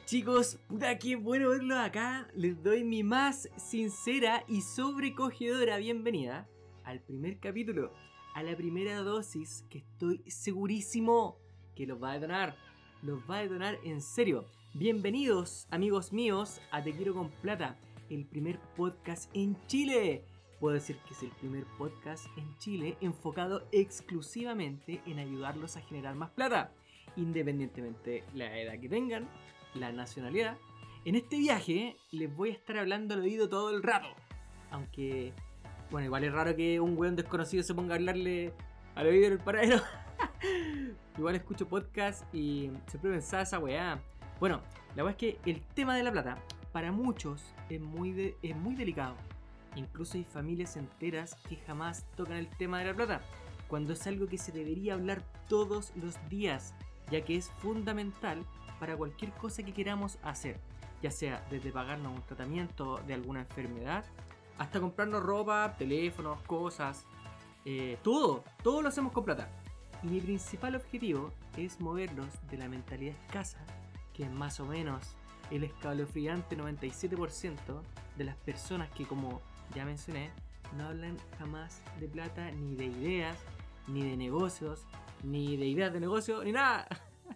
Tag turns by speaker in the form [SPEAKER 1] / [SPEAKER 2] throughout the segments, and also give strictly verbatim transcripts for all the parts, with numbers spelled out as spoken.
[SPEAKER 1] Chicos, puta qué bueno verlos acá. Les doy mi más sincera y sobrecogedora bienvenida al primer capítulo, a la primera dosis que estoy segurísimo que los va a detonar. Los va a detonar en serio. Bienvenidos, amigos míos, a Te Quiero con Plata, el primer podcast en Chile. Puedo decir que es el primer podcast en Chile enfocado exclusivamente en ayudarlos a generar más plata, independientemente de la edad que tengan, la nacionalidad. En este viaje les voy a estar hablando al oído todo el rato. Aunque, bueno, igual es raro que un weón desconocido se ponga a hablarle al oído del paradero. Igual escucho podcast y siempre pensaba esa weá. Bueno, la weá es que el tema de la plata para muchos es muy, de, es muy delicado. Incluso hay familias enteras que jamás tocan el tema de la plata, cuando es algo que se debería hablar todos los días, ya que es fundamental para cualquier cosa que queramos hacer, ya sea desde pagarnos un tratamiento de alguna enfermedad, hasta comprarnos ropa, teléfonos, cosas, eh, todo, todo lo hacemos con plata. Y mi principal objetivo es moverlos de la mentalidad escasa, que es más o menos el escalofriante noventa y siete por ciento de las personas que, como ya mencioné, no hablan jamás de plata, ni de ideas, ni de negocios, ni de ideas de negocio, ni nada.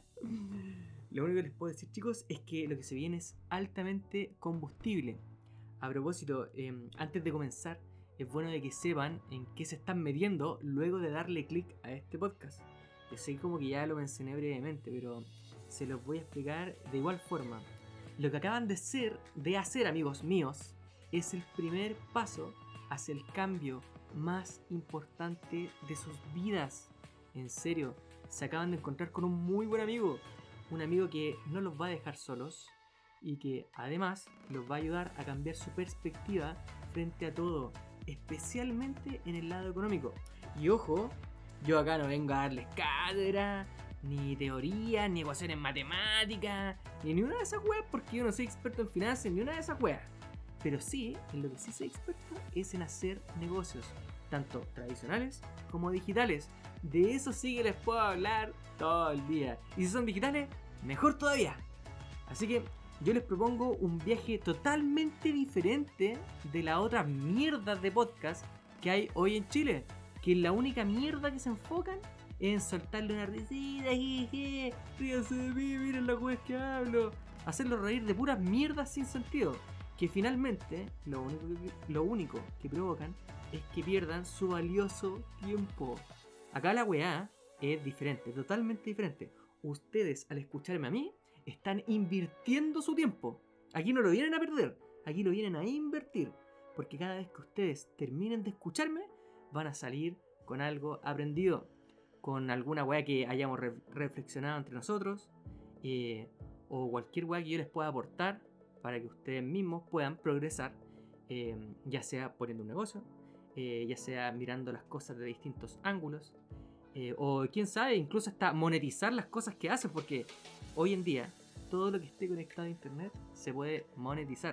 [SPEAKER 1] Lo único que les puedo decir, chicos, es que lo que se viene es altamente combustible. A propósito, eh, antes de comenzar, es bueno de que sepan en qué se están metiendo luego de darle clic a este podcast. Yo sé como que ya lo mencioné brevemente, pero se los voy a explicar de igual forma. Lo que acaban de hacer, de hacer, amigos míos, es el primer paso hacia el cambio más importante de sus vidas. En serio, se acaban de encontrar con un muy buen amigo. Un amigo que no los va a dejar solos y que además los va a ayudar a cambiar su perspectiva frente a todo, especialmente en el lado económico. Y ojo, yo acá no vengo a darles cátedra, ni teoría, ni ecuaciones matemáticas, ni ni una de esas weas, porque yo no soy experto en finanzas, ni una de esas weas. Pero sí, en lo que sí soy experto es en hacer negocios, tanto tradicionales como digitales. De eso sí que les puedo hablar todo el día. Y si son digitales, mejor todavía. Así que yo les propongo un viaje totalmente diferente de la otra mierda de podcast que hay hoy en Chile. Que la única mierda que se enfocan es en soltarle una risita, jeje, ríanse de mí, miren la wea que hablo. Hacerlos reír de puras mierdas sin sentido. Que finalmente lo único que, lo único que provocan es que pierdan su valioso tiempo. Acá la weá es diferente, totalmente diferente. Ustedes, al escucharme a mí, están invirtiendo su tiempo. Aquí no lo vienen a perder, aquí lo vienen a invertir. Porque cada vez que ustedes terminen de escucharme, van a salir con algo aprendido. Con alguna weá que hayamos re- reflexionado entre nosotros. Eh, o cualquier weá que yo les pueda aportar para que ustedes mismos puedan progresar. Eh, ya sea poniendo un negocio, eh, ya sea mirando las cosas de distintos ángulos. Eh, o quién sabe, incluso hasta monetizar las cosas que hacen, porque hoy en día todo lo que esté conectado a internet se puede monetizar.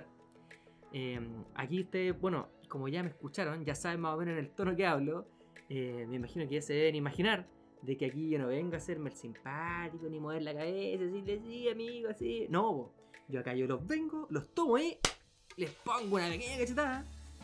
[SPEAKER 1] Eh, aquí ustedes, bueno, como ya me escucharon, ya saben más o menos en el tono que hablo. Eh, me imagino que ya se deben imaginar de que aquí yo no vengo a hacerme el simpático ni mover la cabeza, decirle sí, amigo, así. No, bo. Yo acá yo los vengo, los tomo ahí, les pongo una pequeña cachetada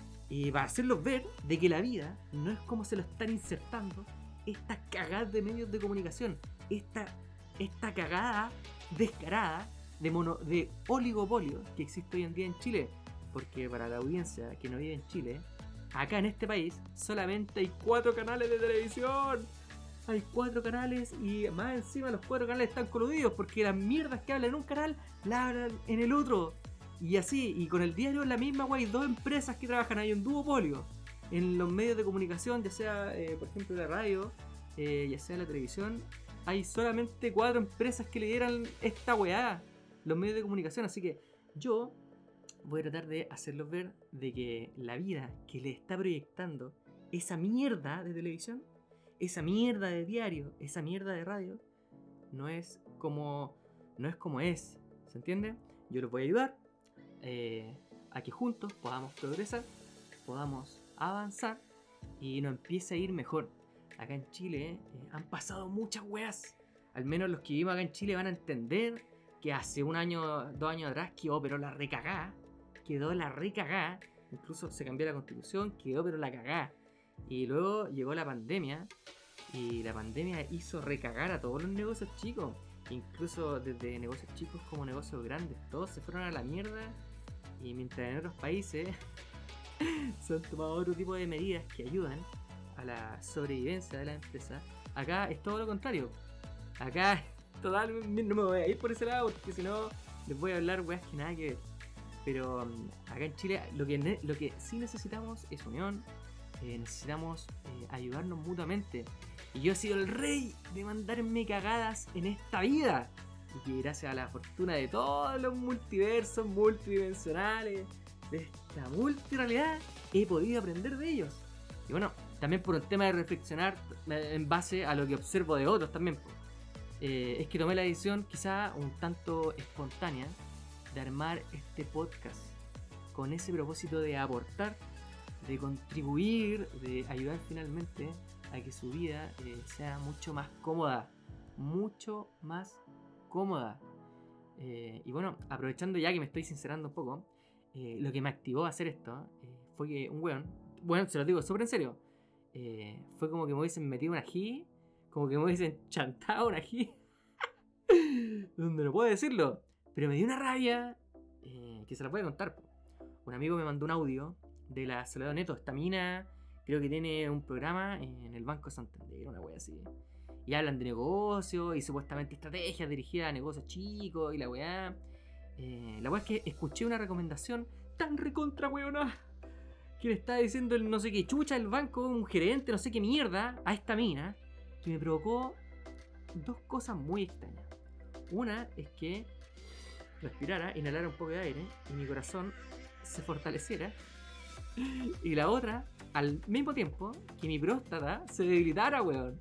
[SPEAKER 1] y para hacerlos ver de que la vida no es como se lo están insertando estas cagadas de medios de comunicación, esta, esta cagada descarada de, mono, de oligopolio que existe hoy en día en Chile. Porque para la audiencia que no vive en Chile, acá en este país solamente hay cuatro canales de televisión. Hay cuatro canales y más encima los cuatro canales están coludidos porque las mierdas que hablan en un canal las hablan en el otro. Y así, y con el diario es la misma, güey, dos empresas que trabajan, hay un duopolio. En los medios de comunicación, ya sea, eh, por ejemplo, la radio, eh, ya sea la televisión, hay solamente cuatro empresas que lideran esta weá, los medios de comunicación. Así que yo voy a tratar de hacerlos ver de que la vida que le está proyectando esa mierda de televisión, esa mierda de diario, esa mierda de radio, no es como, no es como es, ¿se entiende? Yo los voy a ayudar eh, a que juntos podamos progresar, podamos avanzar y nos empiece a ir mejor. Acá en Chile eh, han pasado muchas weas. Al menos los que vivimos acá en Chile van a entender que hace un año, dos años atrás quedó pero la recagá, quedó la recagá, incluso se cambió la constitución, quedó pero la cagá. Y luego llegó la pandemia, y la pandemia hizo recagar a todos los negocios chicos, incluso desde negocios chicos como negocios grandes, todos se fueron a la mierda. Y mientras en otros países se han tomado otro tipo de medidas que ayudan a la sobrevivencia de la empresa, acá es todo lo contrario. Acá, total, no me voy a ir por ese lado porque si no les voy a hablar weas que nada que ver. Pero um, acá en Chile lo que, ne- lo que sí necesitamos es unión, eh, necesitamos eh, ayudarnos mutuamente. Y yo he sido el rey de mandarme cagadas en esta vida. Y que gracias a la fortuna de todos los multiversos multidimensionales, de esta multirealidad, he podido aprender de ellos. Y bueno, también por un tema de reflexionar en base a lo que observo de otros también. Eh, es que tomé la decisión, quizá un tanto espontánea, de armar este podcast con ese propósito de aportar, de contribuir, de ayudar finalmente a que su vida eh, sea mucho más cómoda, mucho más cómoda. Eh, y bueno, aprovechando ya que me estoy sincerando un poco, eh, lo que me activó a hacer esto eh, fue que un weón, bueno, se lo digo súper en serio, eh, fue como que me hubiesen metido un ají, como que me hubiesen chantado un ají, donde no puedo decirlo, pero me dio una rabia eh, que se la voy a contar. Un amigo me mandó un audio de la Soledad Neto, esta mina, creo que tiene un programa en el Banco Santander, una wea así. Y hablan de negocios y supuestamente estrategias dirigidas a negocios chicos y la weá. Eh, la weá es que escuché una recomendación tan recontra weona que le estaba diciendo el no sé qué chucha del banco, un gerente, no sé qué mierda, a esta mina, que me provocó dos cosas muy extrañas. Una es que respirara, inhalara un poco de aire y mi corazón se fortaleciera. Y la otra, al mismo tiempo, que mi próstata se debilitara, weón.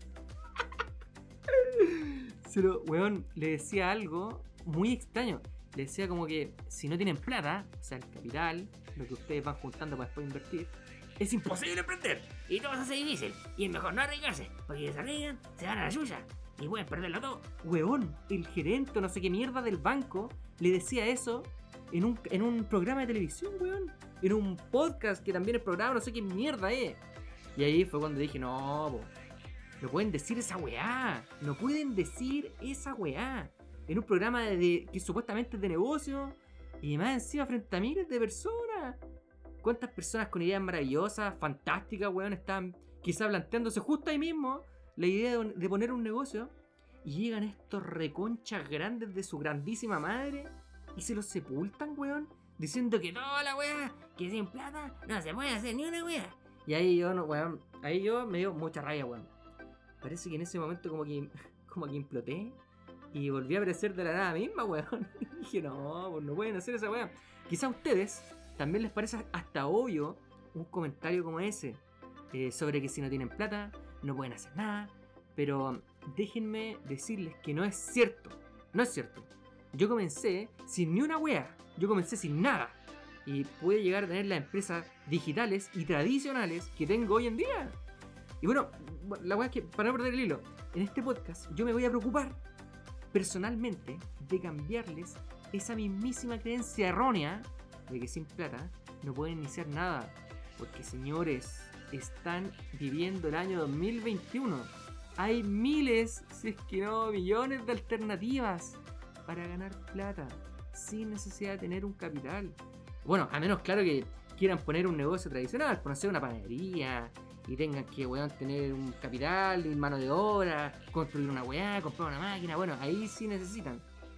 [SPEAKER 1] Pero, weón, le decía algo muy extraño. Le decía como que si no tienen plata, o sea, el capital, lo que ustedes van juntando para después invertir, es imposible emprender.
[SPEAKER 2] Y todo se hace difícil. Y es mejor no arriesgarse, porque si se arriesgan, se van a la suya. Y pueden perderlo todo.
[SPEAKER 1] Weón, el gerente, no sé qué mierda del banco, le decía eso en un, en un programa de televisión, weón. En un podcast que también es programa, no sé qué mierda es. Y ahí fue cuando dije, no, po, no pueden decir esa weá. No pueden decir esa weá. En un programa de, de, que supuestamente es de negocio. Y más encima frente a miles de personas. ¿Cuántas personas con ideas maravillosas, fantásticas, weón, están quizá planteándose justo ahí mismo la idea de, de poner un negocio? Y llegan estos reconchas grandes de su grandísima madre y se los sepultan, weón, diciendo que
[SPEAKER 2] toda la weá, que sin plata no se puede hacer ni una weá.
[SPEAKER 1] Y ahí yo, no, weón, ahí yo me dio mucha rabia, weón. Parece que en ese momento como que, como que imploté y volví a aparecer de la nada misma, weón. Y dije, no, pues no pueden hacer esa weá. Quizá a ustedes también les parece hasta obvio un comentario como ese, eh, sobre que si no tienen plata no pueden hacer nada. Pero déjenme decirles que no es cierto, no es cierto. Yo comencé sin ni una wea, yo comencé sin nada. Y pude llegar a tener las empresas digitales y tradicionales que tengo hoy en día. Y bueno, la wea es que, para no perder el hilo, en este podcast yo me voy a preocupar personalmente de cambiarles esa mismísima creencia errónea de que sin plata no pueden iniciar nada. Porque, señores, están viviendo el año dos mil veintiuno. Hay miles, si es que no millones de alternativas para ganar plata sin necesidad de tener un capital. Bueno, a menos, claro, que quieran poner un negocio tradicional, por no sé, una panadería, y tengan que, weón, tener un capital, mano de obra, construir una weá, comprar una máquina. Bueno, ahí sí necesitan.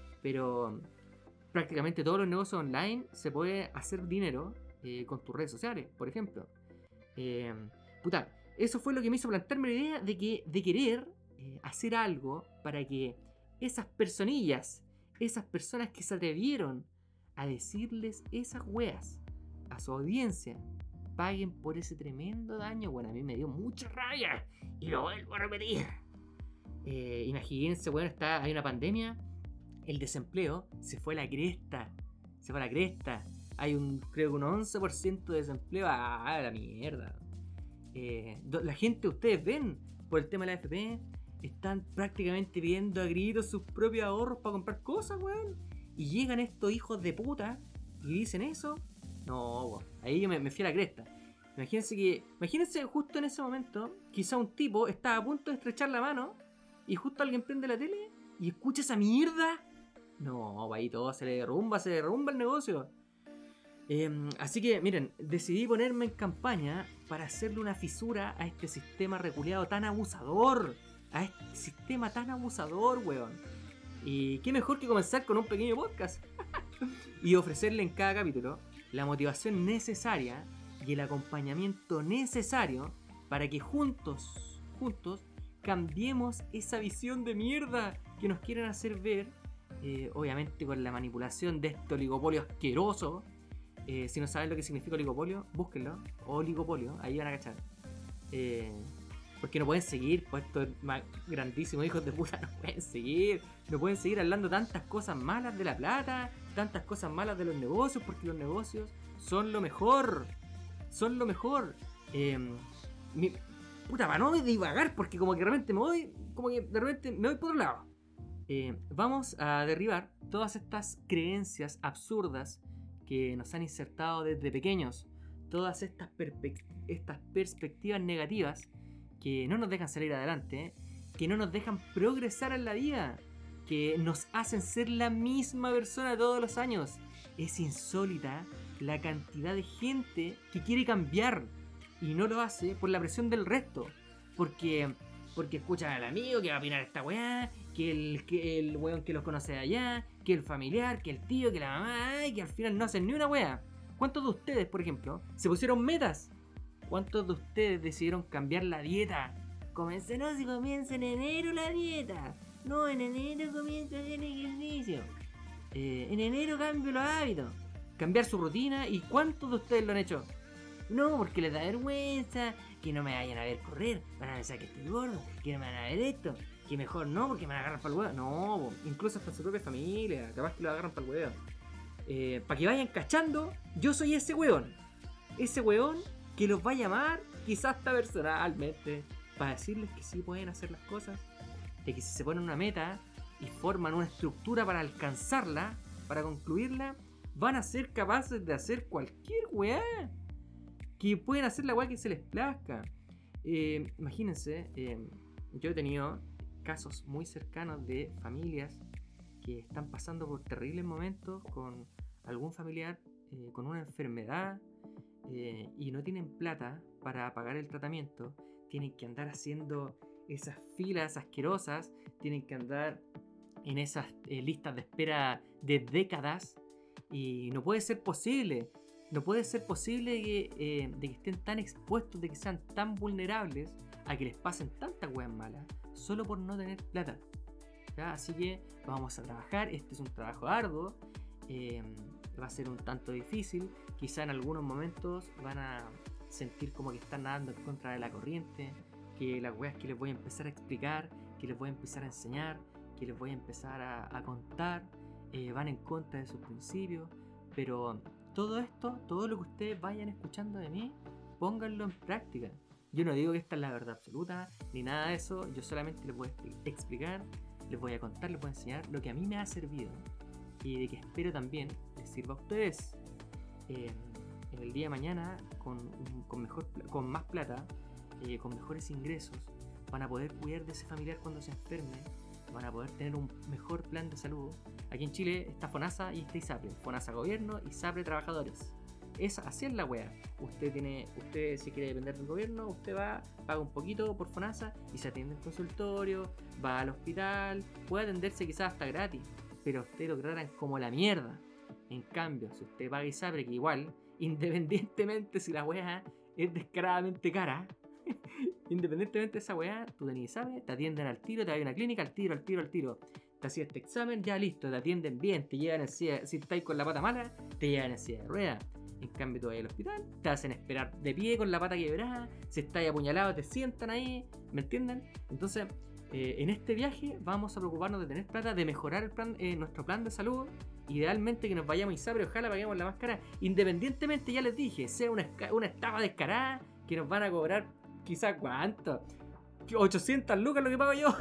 [SPEAKER 1] Pero prácticamente todos los negocios online se puede hacer dinero eh, con tus redes sociales, por ejemplo. Eh, puta, eso fue lo que me hizo plantearme la idea de, que, de querer eh, hacer algo para que esas personillas, esas personas que se atrevieron a decirles esas weas a su audiencia, paguen por ese tremendo daño. Bueno, a mí me dio mucha rabia
[SPEAKER 2] y lo vuelvo a repetir.
[SPEAKER 1] Eh, imagínense, bueno, está, hay una pandemia, el desempleo se fue a la cresta, se fue a la cresta. Hay un, creo que un once por ciento de desempleo. Ah, la mierda. Eh, la gente, ustedes ven, por el tema de la A F P, están prácticamente pidiendo a gritos sus propios ahorros para comprar cosas, weón. Y llegan estos hijos de puta y dicen eso. No, weón. Ahí yo me, me fui a la cresta. Imagínense que, imagínense justo en ese momento, quizá un tipo está a punto de estrechar la mano y justo alguien prende la tele y escucha esa mierda. No, ahí todo se le derrumba, se derrumba el negocio. Eh, así que, miren, decidí ponerme en campaña para hacerle una fisura a este sistema reculeado tan abusador. A este sistema tan abusador, weón. Y qué mejor que comenzar con un pequeño podcast y ofrecerle en cada capítulo la motivación necesaria y el acompañamiento necesario para que juntos, juntos, cambiemos esa visión de mierda que nos quieren hacer ver, eh, obviamente con la manipulación de este oligopolio asqueroso. Eh, si no saben lo que significa oligopolio, búsquenlo. Oligopolio, ahí van a cachar. Eh, porque no pueden seguir, pues estos grandísimos hijos de puta no pueden seguir. No pueden seguir hablando tantas cosas malas de la plata, tantas cosas malas de los negocios, porque los negocios son lo mejor. Son lo mejor. Eh, mi, puta, para no divagar, porque como que de repente me voy, como que de repente me voy por otro lado. Eh, vamos a derribar todas estas creencias absurdas que nos han insertado desde pequeños, todas estas, perpe- estas perspectivas negativas que no nos dejan salir adelante, que no nos dejan progresar en la vida, que nos hacen ser la misma persona todos los años. Es insólita la cantidad de gente que quiere cambiar y no lo hace por la presión del resto, porque, porque escuchan al amigo que va a opinar esta weá, que el, que el weón que los conoce de allá, que el familiar, que el tío, que la mamá, y que al final no hacen ni una wea. ¿Cuántos de ustedes, por ejemplo, se pusieron metas? ¿Cuántos de ustedes decidieron cambiar la dieta? Comencé, no, si comienza en enero la dieta. No, en enero comienzo a hacer ejercicio. Eh, en enero cambio los hábitos. Cambiar su rutina. ¿Y cuántos de ustedes lo han hecho? No, porque les da vergüenza, que no me vayan a ver correr, van a pensar que estoy gordo, que no me van a ver esto, que mejor no, porque me van a agarrar para el huevo. No, bo, incluso hasta su propia familia, capaz que lo agarran para el huevo. Eh, para que vayan cachando, yo soy ese hueón. Ese hueón que los va a llamar, quizás hasta personalmente, para decirles que sí pueden hacer las cosas, de que si se ponen una meta y forman una estructura para alcanzarla, para concluirla, van a ser capaces de hacer cualquier weá. Que pueden hacer la weá que se les plazca. Eh, imagínense, eh, yo he tenido casos muy cercanos de familias que están pasando por terribles momentos con algún familiar eh, con una enfermedad eh, y no tienen plata para pagar el tratamiento. Tienen que andar haciendo esas filas asquerosas, tienen que andar en esas eh, listas de espera de décadas y no puede ser posible. No puede ser posible que, eh, de que estén tan expuestos, de que sean tan vulnerables a que les pasen tantas weas malas solo por no tener plata. ¿Ya? Así que vamos a trabajar. Este es un trabajo arduo, eh, va a ser un tanto difícil. Quizá en algunos momentos van a sentir como que están nadando en contra de la corriente, que las weas que les voy a empezar a explicar, que les voy a empezar a enseñar, que les voy a empezar a, a contar, eh, van en contra de sus principios, pero todo esto, todo lo que ustedes vayan escuchando de mí, pónganlo en práctica. Yo no digo que esta es la verdad absoluta, ni nada de eso. Yo solamente les voy a explicar, les voy a contar, les voy a enseñar lo que a mí me ha servido y de que espero también les sirva a ustedes. Eh, en el día de mañana, con, con, mejor, con más plata, eh, con mejores ingresos, van a poder cuidar de ese familiar cuando se enferme, van a poder tener un mejor plan de salud. Aquí en Chile está FONASA y está ISAPRE. FONASA gobierno, ISAPRE trabajadores. Es, así es la wea. Usted tiene, usted si quiere depender del gobierno, usted va, paga un poquito por FONASA y se atiende en consultorio, va al hospital, puede atenderse quizás hasta gratis, pero a usted lo tratan como la mierda. En cambio, si usted paga ISAPRE, que igual, independientemente si la wea es descaradamente cara, independientemente de esa weá, tú tenés ISAPRE, te atienden al tiro, te vas a una clínica, al tiro, al tiro, al tiro. Te hacías este examen, ya listo, te atienden bien, te llevan en silla, si estáis con la pata mala, te llevan en silla de ruedas. En cambio, tú vas al hospital, te hacen esperar de pie con la pata quebrada, si estáis apuñalado, te sientan ahí, ¿me entienden? Entonces, eh, en este viaje vamos a preocuparnos de tener plata, de mejorar el plan, eh, nuestro plan de salud. Idealmente que nos vayamos a ISAPRE, ojalá paguemos la más cara, independientemente, ya les dije, sea una, una estafa descarada que nos van a cobrar quizá cuánto, ochocientas lucas lo que pago yo.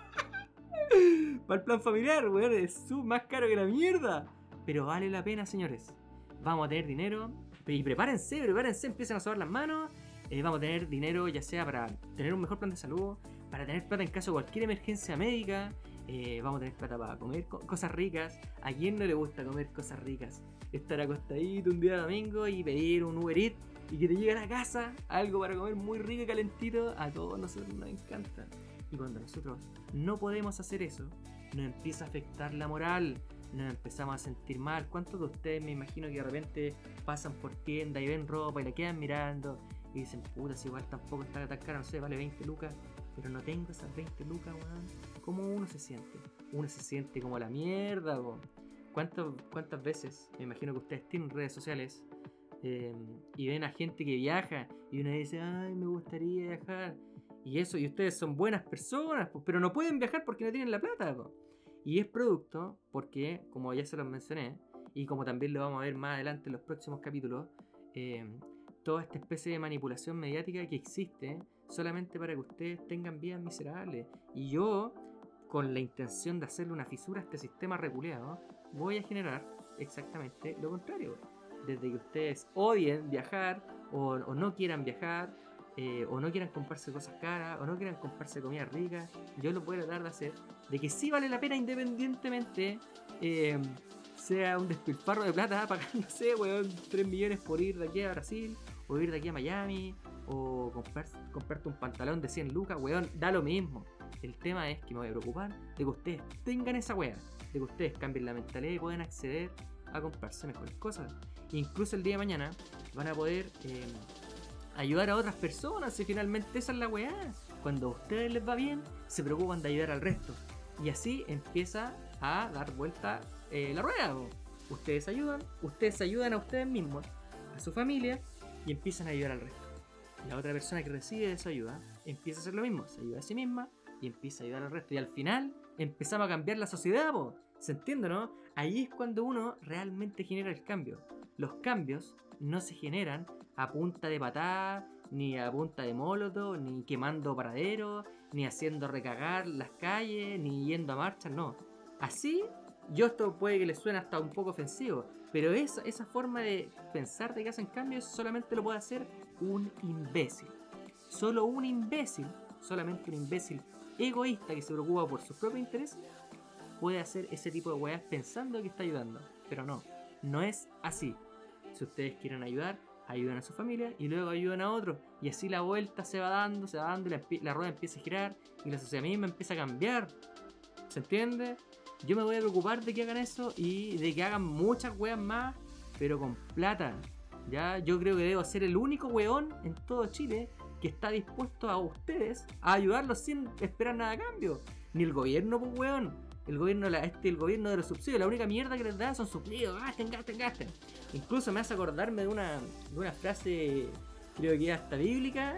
[SPEAKER 1] Para el plan familiar, weón, es sub más caro que la mierda. Pero vale la pena, señores. Vamos a tener dinero. Y prepárense, prepárense, empiecen a sobar las manos. Eh, vamos a tener dinero ya sea para tener un mejor plan de salud, para tener plata en caso de cualquier emergencia médica. Eh, vamos a tener plata para comer co- cosas ricas. ¿A quién no le gusta comer cosas ricas? Estar acostadito un día de domingo y pedir un Uber Eats y que te llegue a la casa algo para comer muy rico y calentito. A todos nosotros nos encanta. Y cuando nosotros no podemos hacer eso, nos empieza a afectar la moral, nos empezamos a sentir mal. ¿Cuántos de ustedes me imagino que de repente pasan por tienda y ven ropa y la quedan mirando y dicen, puta, si igual tampoco está tan cara, no sé, vale veinte lucas, pero no tengo esas veinte lucas, weón? ¿Cómo uno se siente? Uno se siente como la mierda, weón. ¿Cuántas, cuántas veces, me imagino que ustedes tienen redes sociales eh, y ven a gente que viaja y uno dice, ay, me gustaría viajar? Y eso, y ustedes son buenas personas, pues, pero no pueden viajar porque no tienen la plata, pues. Y es producto porque, como ya se los mencioné, y como también lo vamos a ver más adelante en los próximos capítulos, eh, toda esta especie de manipulación mediática que existe solamente para que ustedes tengan vidas miserables. Y yo, con la intención de hacerle una fisura a este sistema reculeado, voy a generar exactamente lo contrario. Desde que ustedes odien viajar o, o no quieran viajar, Eh, o no quieran comprarse cosas caras, o no quieran comprarse comida rica, yo lo voy a tratar de hacer de que sí vale la pena independientemente eh, sea un despilfarro de plata, pagar, no sé, weón, tres millones por ir de aquí a Brasil, o ir de aquí a Miami, o comprar, comprarte un pantalón de cien lucas, weón, da lo mismo. El tema es que me voy a preocupar de que ustedes tengan esa weá, de que ustedes cambien la mentalidad y puedan acceder a comprarse mejores cosas. Incluso el día de mañana van a poder eh, ayudar a otras personas, y finalmente esa es la weá. Cuando a ustedes les va bien, se preocupan de ayudar al resto. Y así empieza a dar vuelta eh, la rueda. ¿No? Ustedes ayudan, ustedes ayudan a ustedes mismos, a su familia, y empiezan a ayudar al resto. La otra persona que recibe esa ayuda empieza a hacer lo mismo, se ayuda a sí misma y empieza a ayudar al resto. Y al final empezamos a cambiar la sociedad, po. ¿Se entiende, no? Ahí es cuando uno realmente genera el cambio. Los cambios no se generan a punta de patada, ni a punta de molotov, ni quemando paraderos, ni haciendo recagar las calles, ni yendo a marchas, no. Así, yo esto puede que les suene hasta un poco ofensivo, pero esa, esa forma de pensar de que hacen cambios solamente lo puede hacer un imbécil. Solo un imbécil, solamente un imbécil egoísta que se preocupa por sus propios intereses, puede hacer ese tipo de weas pensando que está ayudando. Pero no, no es así. Si ustedes quieren ayudar, ayudan a su familia y luego ayudan a otros. Y así la vuelta se va dando, se va dando y la, la rueda empieza a girar y la sociedad misma empieza a cambiar. ¿Se entiende? Yo me voy a preocupar de que hagan eso y de que hagan muchas weas más, pero con plata. Ya, yo creo que debo ser el único weón en todo Chile que está dispuesto a ustedes a ayudarlos sin esperar nada a cambio. Ni el gobierno, pues weón. El gobierno, la, este, el gobierno de los subsidios, la única mierda que les da son suplidos. Gasten, gasten, gasten. Incluso me hace acordarme de una, de una frase, creo que hasta bíblica.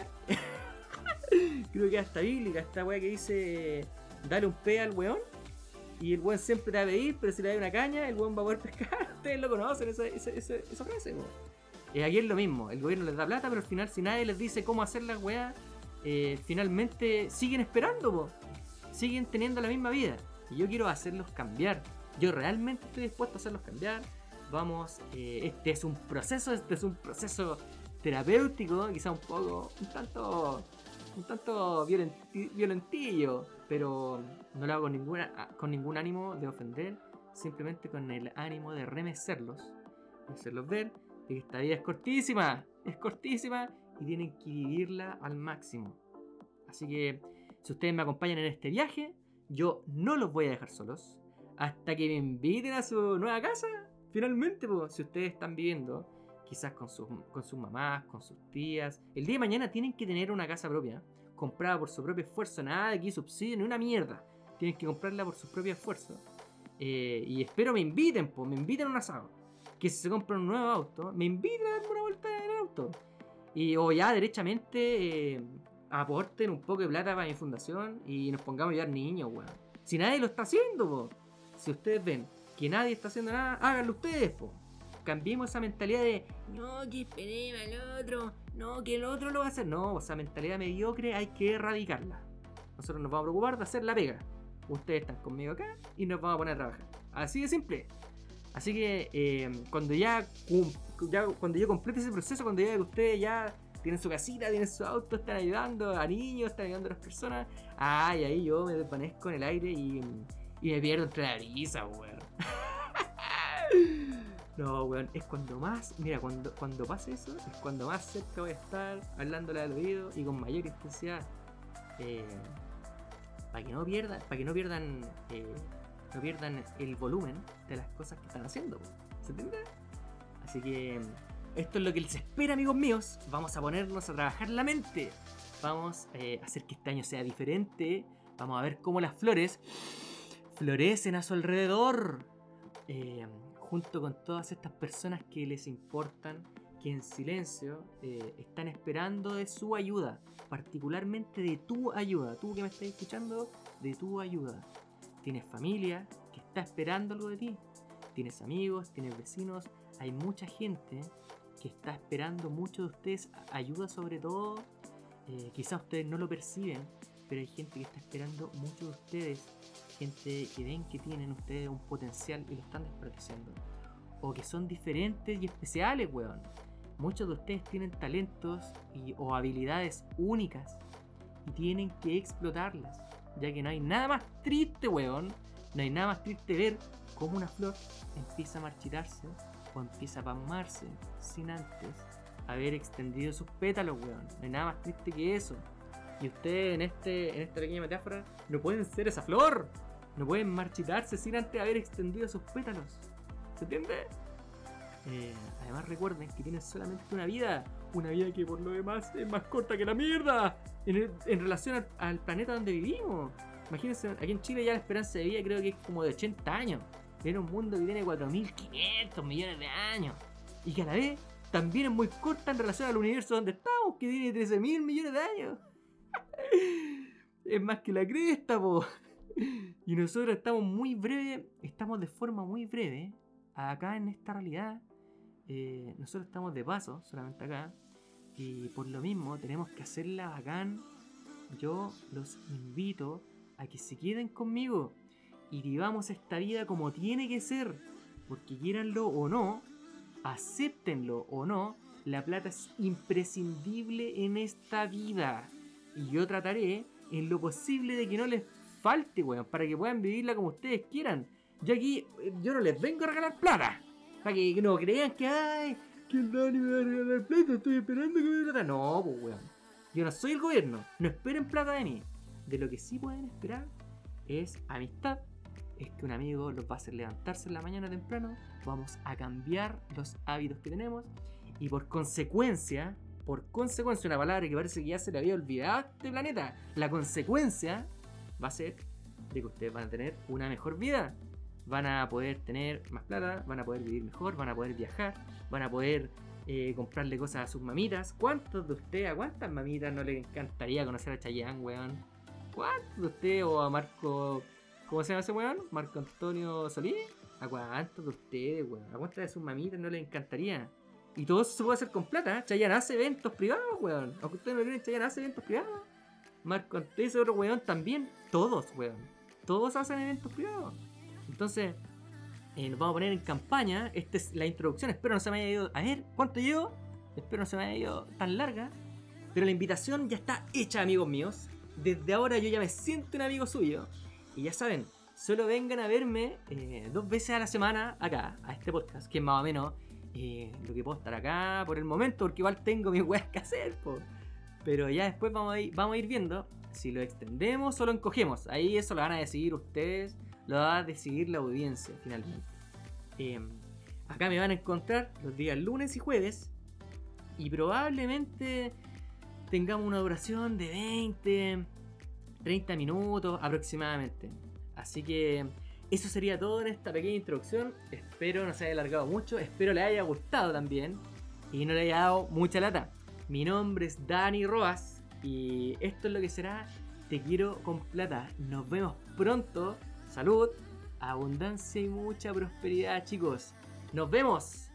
[SPEAKER 1] creo que hasta bíblica, esta weá que dice: dale un pe al weón y el weón siempre te va a pedir, pero si le da una caña, el weón va a poder pescar. Ustedes lo conocen, esa, esa, esa, esa frase, weón. Eh, aquí es lo mismo, el gobierno les da plata, pero al final, si nadie les dice cómo hacer las weas, eh, finalmente siguen esperando, po. Siguen teniendo la misma vida. Y yo quiero hacerlos cambiar. Yo realmente estoy dispuesto a hacerlos cambiar. Vamos, eh, este es un proceso, este es un proceso terapéutico, quizá un poco, un tanto, un tanto violenti, violentillo, pero no lo hago con, ninguna, con ningún ánimo de ofender, simplemente con el ánimo de remecerlos, de hacerlos ver de que esta vida es cortísima, es cortísima y tienen que vivirla al máximo. Así que, si ustedes me acompañan en este viaje, yo no los voy a dejar solos hasta que me inviten a su nueva casa. Finalmente, pues, si ustedes están viviendo quizás con sus, con sus mamás, con sus tías, el día de mañana tienen que tener una casa propia, comprada por su propio esfuerzo, nada de aquí subsidio ni una mierda. Tienen que comprarla por su propio esfuerzo. Eh, y espero me inviten, pues, me inviten a un asado. Que si se compran un nuevo auto, me inviten a darme una vuelta en el auto. Y o ya derechamente... Eh, aporten un poco de plata para mi fundación y nos pongamos a ayudar niños, weón. Si nadie lo está haciendo, po. Si ustedes ven que nadie está haciendo nada, háganlo ustedes, po. Cambiemos esa mentalidad de no, que esperemos al otro, no, que el otro lo va a hacer. No, esa mentalidad mediocre hay que erradicarla. Nosotros nos vamos a preocupar de hacer la pega. Ustedes están conmigo acá y nos vamos a poner a trabajar. Así de simple. Así que eh, cuando ya, ya cuando yo complete ese proceso, cuando ya que ustedes ya tienen su casita, tienen su auto, están ayudando a niños, están ayudando a las personas, ay, ahí yo me desvanezco en el aire y, y me pierdo entre la brisa, weón. No, weón, es cuando más, mira, cuando, cuando pase eso, es cuando más cerca voy a estar hablándole al oído y con mayor intensidad. Eh, para que no pierdan, para que no pierdan, eh, no pierdan el volumen de las cosas que están haciendo, ¿se entiende? Así que esto es lo que les espera, amigos míos. Vamos a ponernos a trabajar la mente. Vamos eh, a hacer que este año sea diferente. Vamos a ver cómo las flores florecen a su alrededor. Eh, junto con todas estas personas que les importan, que en silencio eh, están esperando de su ayuda. Particularmente de tu ayuda. Tú que me estás escuchando, de tu ayuda. Tienes familia que está esperando algo de ti. Tienes amigos, tienes vecinos. Hay mucha gente que está esperando mucho de ustedes, ayuda sobre todo, eh, quizás ustedes no lo perciben, pero hay gente que está esperando mucho de ustedes, gente que ven que tienen ustedes un potencial y lo están desperdiciando, o que son diferentes y especiales, weón. Muchos de ustedes tienen talentos y, o habilidades únicas y tienen que explotarlas, ya que no hay nada más triste, weón, no hay nada más triste ver cómo una flor empieza a marchitarse o empieza a pasmarse sin antes haber extendido sus pétalos, weón. No hay nada más triste que eso. Y ustedes en, este, en esta pequeña metáfora no pueden ser esa flor. No pueden marchitarse sin antes haber extendido sus pétalos. ¿Se entiende? Eh, además recuerden que tienen solamente una vida. Una vida que por lo demás es más corta que la mierda. En, el, en relación al, al planeta donde vivimos. Imagínense, aquí en Chile ya la esperanza de vida creo que es como de ochenta años. En un mundo que tiene cuatro mil quinientos millones de años. Y que a la vez también es muy corta en relación al universo donde estamos, que tiene trece mil millones de años. Es más que la cresta, po. Y nosotros estamos muy breve, estamos de forma muy breve acá en esta realidad. Eh, nosotros estamos de paso, solamente acá. Y por lo mismo tenemos que hacerla bacán. Yo los invito a que se queden conmigo y vivamos esta vida como tiene que ser, porque quieranlo o no, acéptenlo o no, la plata es imprescindible en esta vida. Y yo trataré en lo posible de que no les falte, weón, para que puedan vivirla como ustedes quieran. Yo aquí, yo no les vengo a regalar plata, para que no crean que, ay, que el Dani me va a regalar plata, estoy esperando que me dé plata. No, pues weón, yo no soy el gobierno, no esperen plata de mí. De lo que sí pueden esperar es amistad. Es que un amigo los va a hacer levantarse en la mañana temprano. Vamos a cambiar los hábitos que tenemos. Y por consecuencia, por consecuencia, una palabra que parece que ya se le había olvidado a este planeta. La consecuencia va a ser de que ustedes van a tener una mejor vida. Van a poder tener más plata, van a poder vivir mejor, van a poder viajar, van a poder eh, comprarle cosas a sus mamitas. ¿Cuántos de ustedes, a cuántas mamitas no les encantaría conocer a Chayanne, weón? ¿Cuántos de ustedes o a Marco... ¿Cómo se llama ese weón? Marco Antonio Solís. ¿A cuántos de ustedes, weón? ¿A cuántas de sus mamitas no les encantaría? Y todo eso se puede hacer con plata, ¿eh? Chayanne hace eventos privados, weón. Aunque ustedes no creen, Chayanne hace eventos privados. Marco Antonio, ese otro weón también. Todos, weón. Todos hacen eventos privados. Entonces, eh, nos vamos a poner en campaña. Esta es la introducción. Espero no se me haya ido... A ver, ¿cuánto llevo? Espero no se me haya ido tan larga. Pero la invitación ya está hecha, amigos míos. Desde ahora yo ya me siento un amigo suyo. Y ya saben, solo vengan a verme eh, dos veces a la semana acá, a este podcast, que es más o menos eh, lo que puedo estar acá por el momento, porque igual tengo mis weas que hacer, po. Pero ya después vamos a, ir, vamos a ir viendo si lo extendemos o lo encogemos. Ahí eso lo van a decidir ustedes, lo va a decidir la audiencia finalmente. Eh, acá me van a encontrar los días lunes y jueves, y probablemente tengamos una duración de veinte... treinta minutos aproximadamente. Así que eso sería todo en esta pequeña introducción. Espero no se haya alargado mucho. Espero le haya gustado también. Y no le haya dado mucha lata. Mi nombre es Dani Roas. Y esto es lo que será Te Quiero con Plata. Nos vemos pronto. Salud, abundancia y mucha prosperidad, chicos. Nos vemos.